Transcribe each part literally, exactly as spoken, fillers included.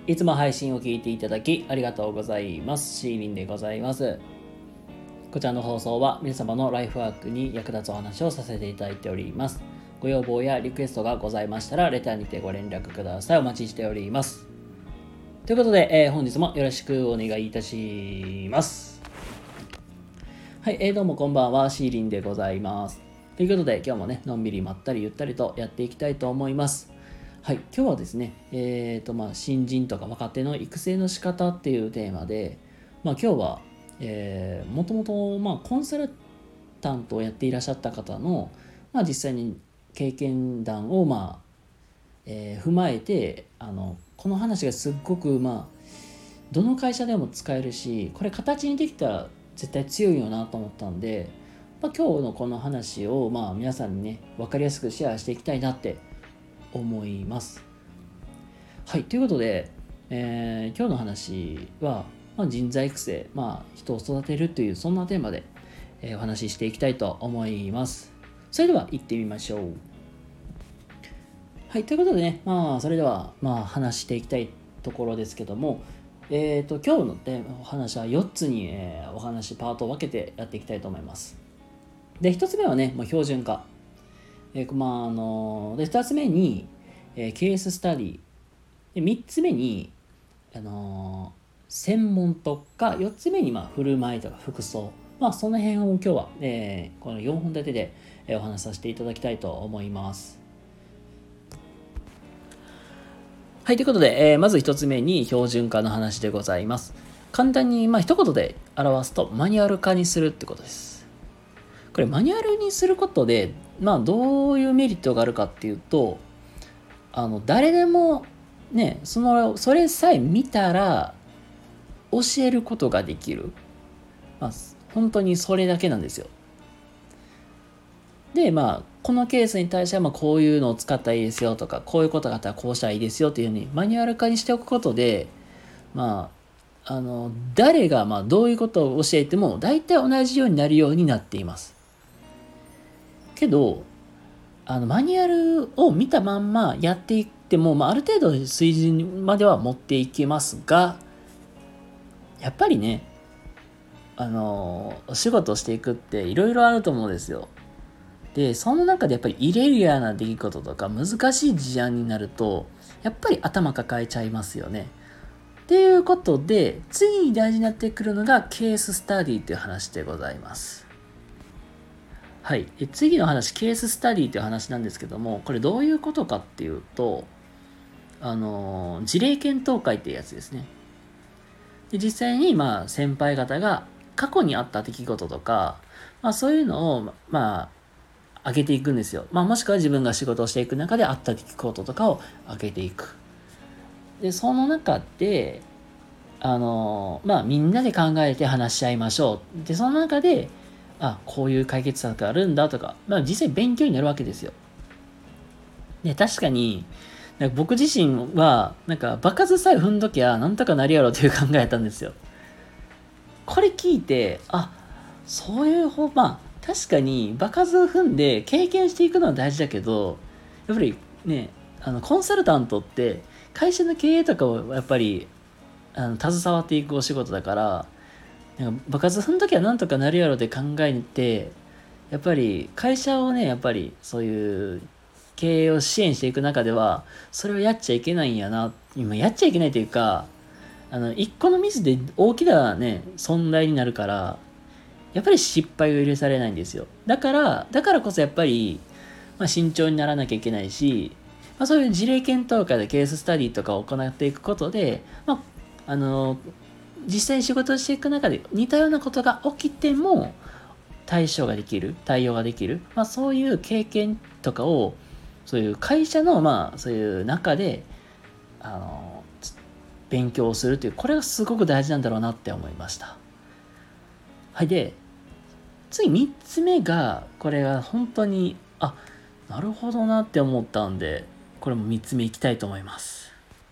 いつも配信を聞いていただきありがとうございます。シーリンでございます。こちらの放送は皆様のライフワークに役立つお話をさせていただいております。ご要望やリクエストがございましたらレターにてご連絡ください。お待ちしております。ということで、えー、本日もよろしくお願いいたします。はい、えー、どうもこんばんは、シーリンでございます。ということで今日もね、のんびりまったりゆったりとやっていきたいと思います。はい、今日はですね、えーとまあ、新人とか若手の育成の仕方っていうテーマで、まあ、今日は、えー、もともと、まあ、コンサルタントをやっていらっしゃった方の、まあ、実際に経験談を、まあえー、踏まえてあのこの話がすっごく、まあ、どの会社でも使えるし、これ形にできたら絶対強いよなと思ったんで、まあ、今日のこの話を、まあ、皆さんにね分かりやすくシェアしていきたいなって思います。はい、ということで、えー、今日の話は、まあ、人材育成、まあ、人を育てるというそんなテーマで、えー、お話ししていきたいと思います。それでは行ってみましょう。はい、ということでね、まあそれではまあ話していきたいところですけども、えーと今日のテーマお話はよっつに、えー、お話パートを分けてやっていきたいと思います。でひとつめはね、まあ、標準化。えー、まああのでふたつめに、えー、ケーススタディでみっつめに、あのー、専門特化、よっつめに、まあ、振る舞いとか服装、まあ、その辺を今日は、えー、このよんほん立てで、えー、お話しさせていただきたいと思います。はい、ということで、えー、まずひとつめに標準化の話でございます。簡単に、まあ、一言で表すとマニュアル化にするってことです。これマニュアルにすることで、まあ、どういうメリットがあるかっていうと、あの誰でもね、そのそれさえ見たら教えることができる、まあ、本当にそれだけなんですよ。でまあこのケースに対してはまあこういうのを使ったらいいですよとか、こういうことがあったらこうしたらいいですよっていうふうにマニュアル化にしておくことで、まああの誰がまあどういうことを教えても大体同じようになるようになっています。けどあのマニュアルを見たまんまやっていっても、まあ、ある程度水準までは持っていけますが、やっぱりね、あのお仕事をしていくっていろいろあると思うんですよ。でその中でやっぱりイレギュラーな出来事とか難しい事案になるとやっぱり頭抱えちゃいますよね。っていうことで次に大事になってくるのがケーススタディという話でございます。はい、で次の話、ケーススタディという話なんですけども、これどういうことかっていうと、あの事例検討会っていうやつですね。で実際にまあ先輩方が過去にあった出来事とか、まあ、そういうのをまあ上げていくんですよ。まあ、もしくは自分が仕事をしていく中であった出来事とかを上げていく。でその中であのまあみんなで考えて話し合いましょう。でその中であこういう解決策があるんだとか、まあ、実際勉強になるわけですよ。で確かになんか僕自身はなんか場数さえ踏んどきゃなんとかなるやろという考えやったんですよ。これ聞いてあそういう方、まあ確かに場数を踏んで経験していくのは大事だけど、やっぱりねあのコンサルタントって会社の経営とかをやっぱりあの携わっていくお仕事だから、なんか場数踏んどきはなんとかなるやろで考えて、やっぱり会社をねやっぱりそういう経営を支援していく中ではそれをやっちゃいけないんやな、今やっちゃいけないというか、あの一個のミスで大きなね損害になるから、やっぱり失敗を許されないんですよ。だからだからこそやっぱり、まあ、慎重にならなきゃいけないし、まあ、そういう事例検討会でケーススタディとかを行っていくことで、まあ、あの実際に仕事をしていく中で似たようなことが起きても対処ができる、対応ができる、まあ、そういう経験とかをそういう会社のまあそういう中であの勉強をするという、これがすごく大事なんだろうなって思いました。はい、で次みっつめがこれが本当にあなるほどなって思ったんで、これもみっつめいきたいと思います。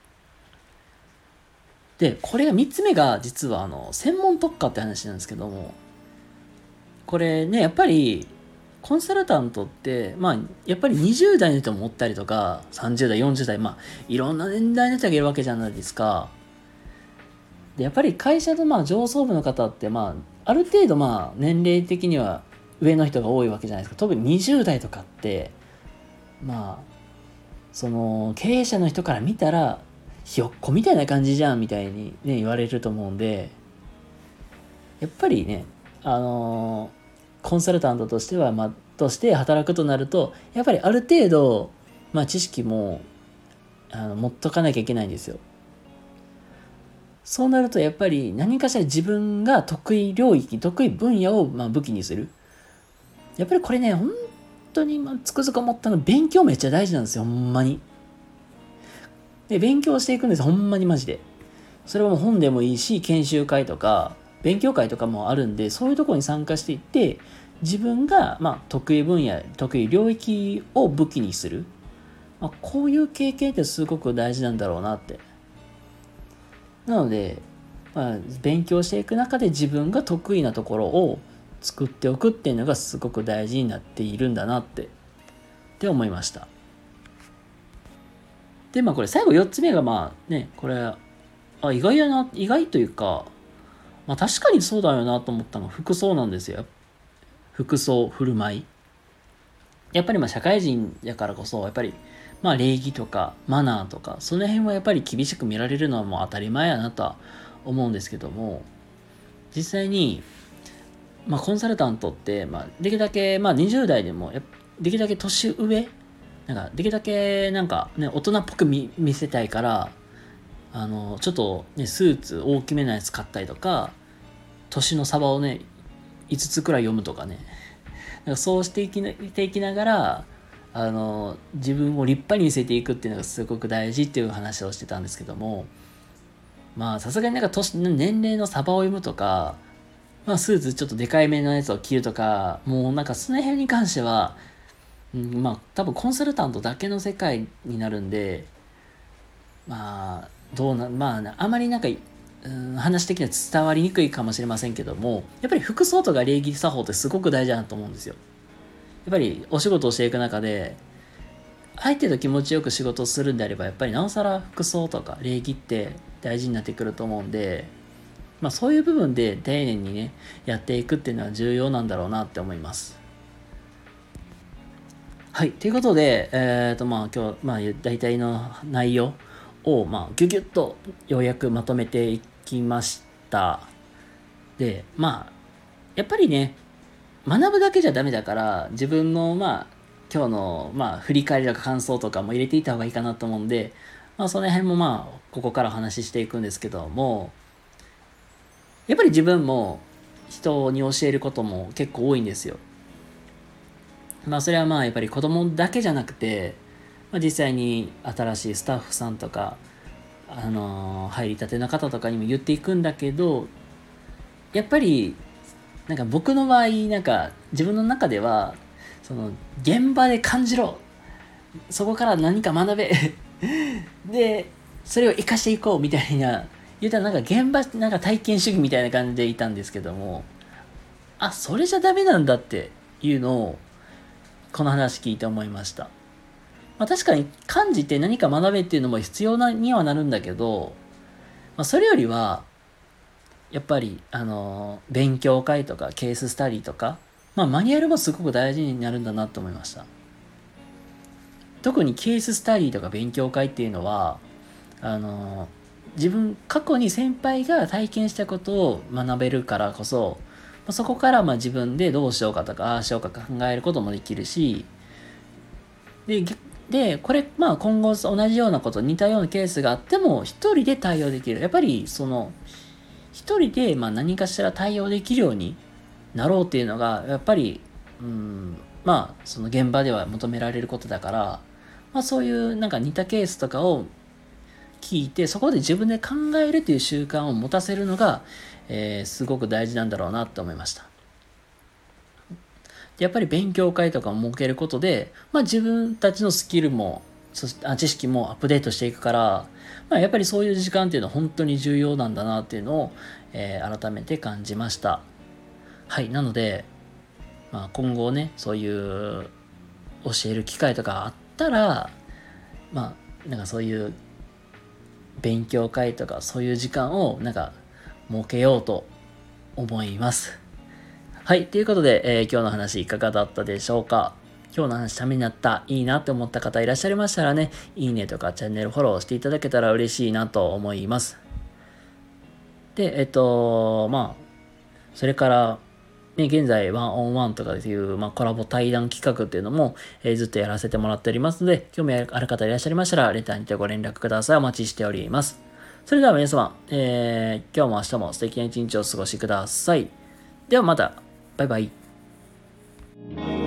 でこれがみっつめが実はあの専門特化って話なんですけども、これねやっぱりコンサルタントって、まあ、やっぱりにじゅう代の人もおったりとか、さんじゅう代、よんじゅう代、まあ、いろんな年代の人がいるわけじゃないですか。で、やっぱり会社のまあ上層部の方って、まあ、ある程度まあ、年齢的には上の人が多いわけじゃないですか。特ににじゅう代とかって、まあ、その、経営者の人から見たら、ひよっこみたいな感じじゃん、みたいにね、言われると思うんで、やっぱりね、あのーコンサルタントとしては、まあ、として働くとなると、やっぱりある程度、まあ、知識もあの持っとかなきゃいけないんですよ。そうなるとやっぱり何かしら自分が得意領域、得意分野をまあ武器にする。やっぱりこれね、本当にまあつくづく思ったの、勉強めっちゃ大事なんですよ、ほんまに。で、勉強していくんです、ほんまにマジで。それはもう本でもいいし、研修会とか、勉強会とかもあるんで、そういうところに参加していって、自分が、まあ、得意分野、得意領域を武器にする。まあ、こういう経験ってすごく大事なんだろうなって。なので、まあ、勉強していく中で自分が得意なところを作っておくっていうのがすごく大事になっているんだなって、って思いました。で、まあこれ最後よっつめがまあね、これ、あ、意外やな、意外というか、まあ確かにそうだよなと思ったのが服装なんですよ。服装、振る舞い。やっぱりまあ社会人やからこそ、やっぱりまあ礼儀とかマナーとか、その辺はやっぱり厳しく見られるのはもう当たり前やなとは思うんですけども、実際に、まあコンサルタントって、まあできるだけ、まあにじゅう代でも、できるだけ年上、なんかできるだけなんかね、大人っぽく 見, 見せたいから、あの、ちょっとね、スーツ大きめなやつ買ったりとか、年の幅をね、いつつくらい読むとかね、なんかそうしていきなていきながら、あの、自分を立派に見せていくっていうのがすごく大事っていう話をしてたんですけども、まあさすがになんか年、年齢の幅を読むとか、まあスーツちょっとでかいめのやつを着るとか、もうなんかその辺に関しては、うん、まあ多分コンサルタントだけの世界になるんで、まあ、どうな、まあ、あまりなんか、うん、話的には伝わりにくいかもしれませんけども、やっぱり服装とか礼儀作法ってすごく大事だなと思うんですよ。やっぱりお仕事をしていく中で、相手と気持ちよく仕事をするんであれば、やっぱりなおさら服装とか礼儀って大事になってくると思うんで、まあそういう部分で丁寧にね、やっていくっていうのは重要なんだろうなって思います。はい。ということで、えっ、ー、とまあ今日、まあ大体の内容を、まあギュギュッとようやくまとめていきました。で、まあ、やっぱりね、学ぶだけじゃダメだから、自分の、まあ、今日の、まあ、振り返りとか感想とかも入れていった方がいいかなと思うんで、まあ、その辺もまあ、ここからお話ししていくんですけども、やっぱり自分も人に教えることも結構多いんですよ。まあ、それはまあ、やっぱり子供だけじゃなくて、まあ、実際に新しいスタッフさんとか、あのー入りたての方とかにも言っていくんだけど、やっぱりなんか僕の場合、なんか自分の中では、その現場で感じろ、そこから何か学べで、それを活かしていこうみたいな、言うたらなんか現場、なんか体験主義みたいな感じでいたんですけども、あ、それじゃダメなんだっていうのを、この話聞いて思いました。まあ確かに漢字って何か学べっていうのも必要なにはなるんだけど、まあそれよりは、やっぱり、あの、勉強会とかケーススタディとか、まあマニュアルもすごく大事になるんだなと思いました。特にケーススタディとか勉強会っていうのは、あの、自分、過去に先輩が体験したことを学べるからこそ、そこからまあ自分でどうしようかとか、ああしようか考えることもできるし、で、で、これ、まあ今後同じようなこと、似たようなケースがあっても、一人で対応できる。やっぱり、その、一人でまあ何かしら対応できるようになろうっていうのが、やっぱり、うん、まあ、その現場では求められることだから、まあそういうなんか似たケースとかを聞いて、そこで自分で考えるという習慣を持たせるのが、えー、すごく大事なんだろうなと思いました。やっぱり勉強会とかを設けることで、まあ自分たちのスキルも、そしてあ知識もアップデートしていくから、まあ、やっぱりそういう時間っていうのは本当に重要なんだなっていうのを、えー、改めて感じました。はい。なので、 まあ、今後ね、そういう教える機会とかあったら、まあ、なんかそういう勉強会とかそういう時間をなんか設けようと思います。はい。ということで、えー、今日の話いかがだったでしょうか。今日の話ためになった、いいなって思った方いらっしゃいましたらね、いいねとかチャンネルフォローしていただけたら嬉しいなと思います。で、えっと、まあ、それから、ね、現在、ワンオンワンとかっていう、まあ、コラボ対談企画っていうのも、えーずっとやらせてもらっておりますので、興味ある方いらっしゃいましたら、レターにてご連絡ください。お待ちしております。それでは皆様、えー、今日も明日も素敵な一日をお過ごしください。ではまた、バイバイ。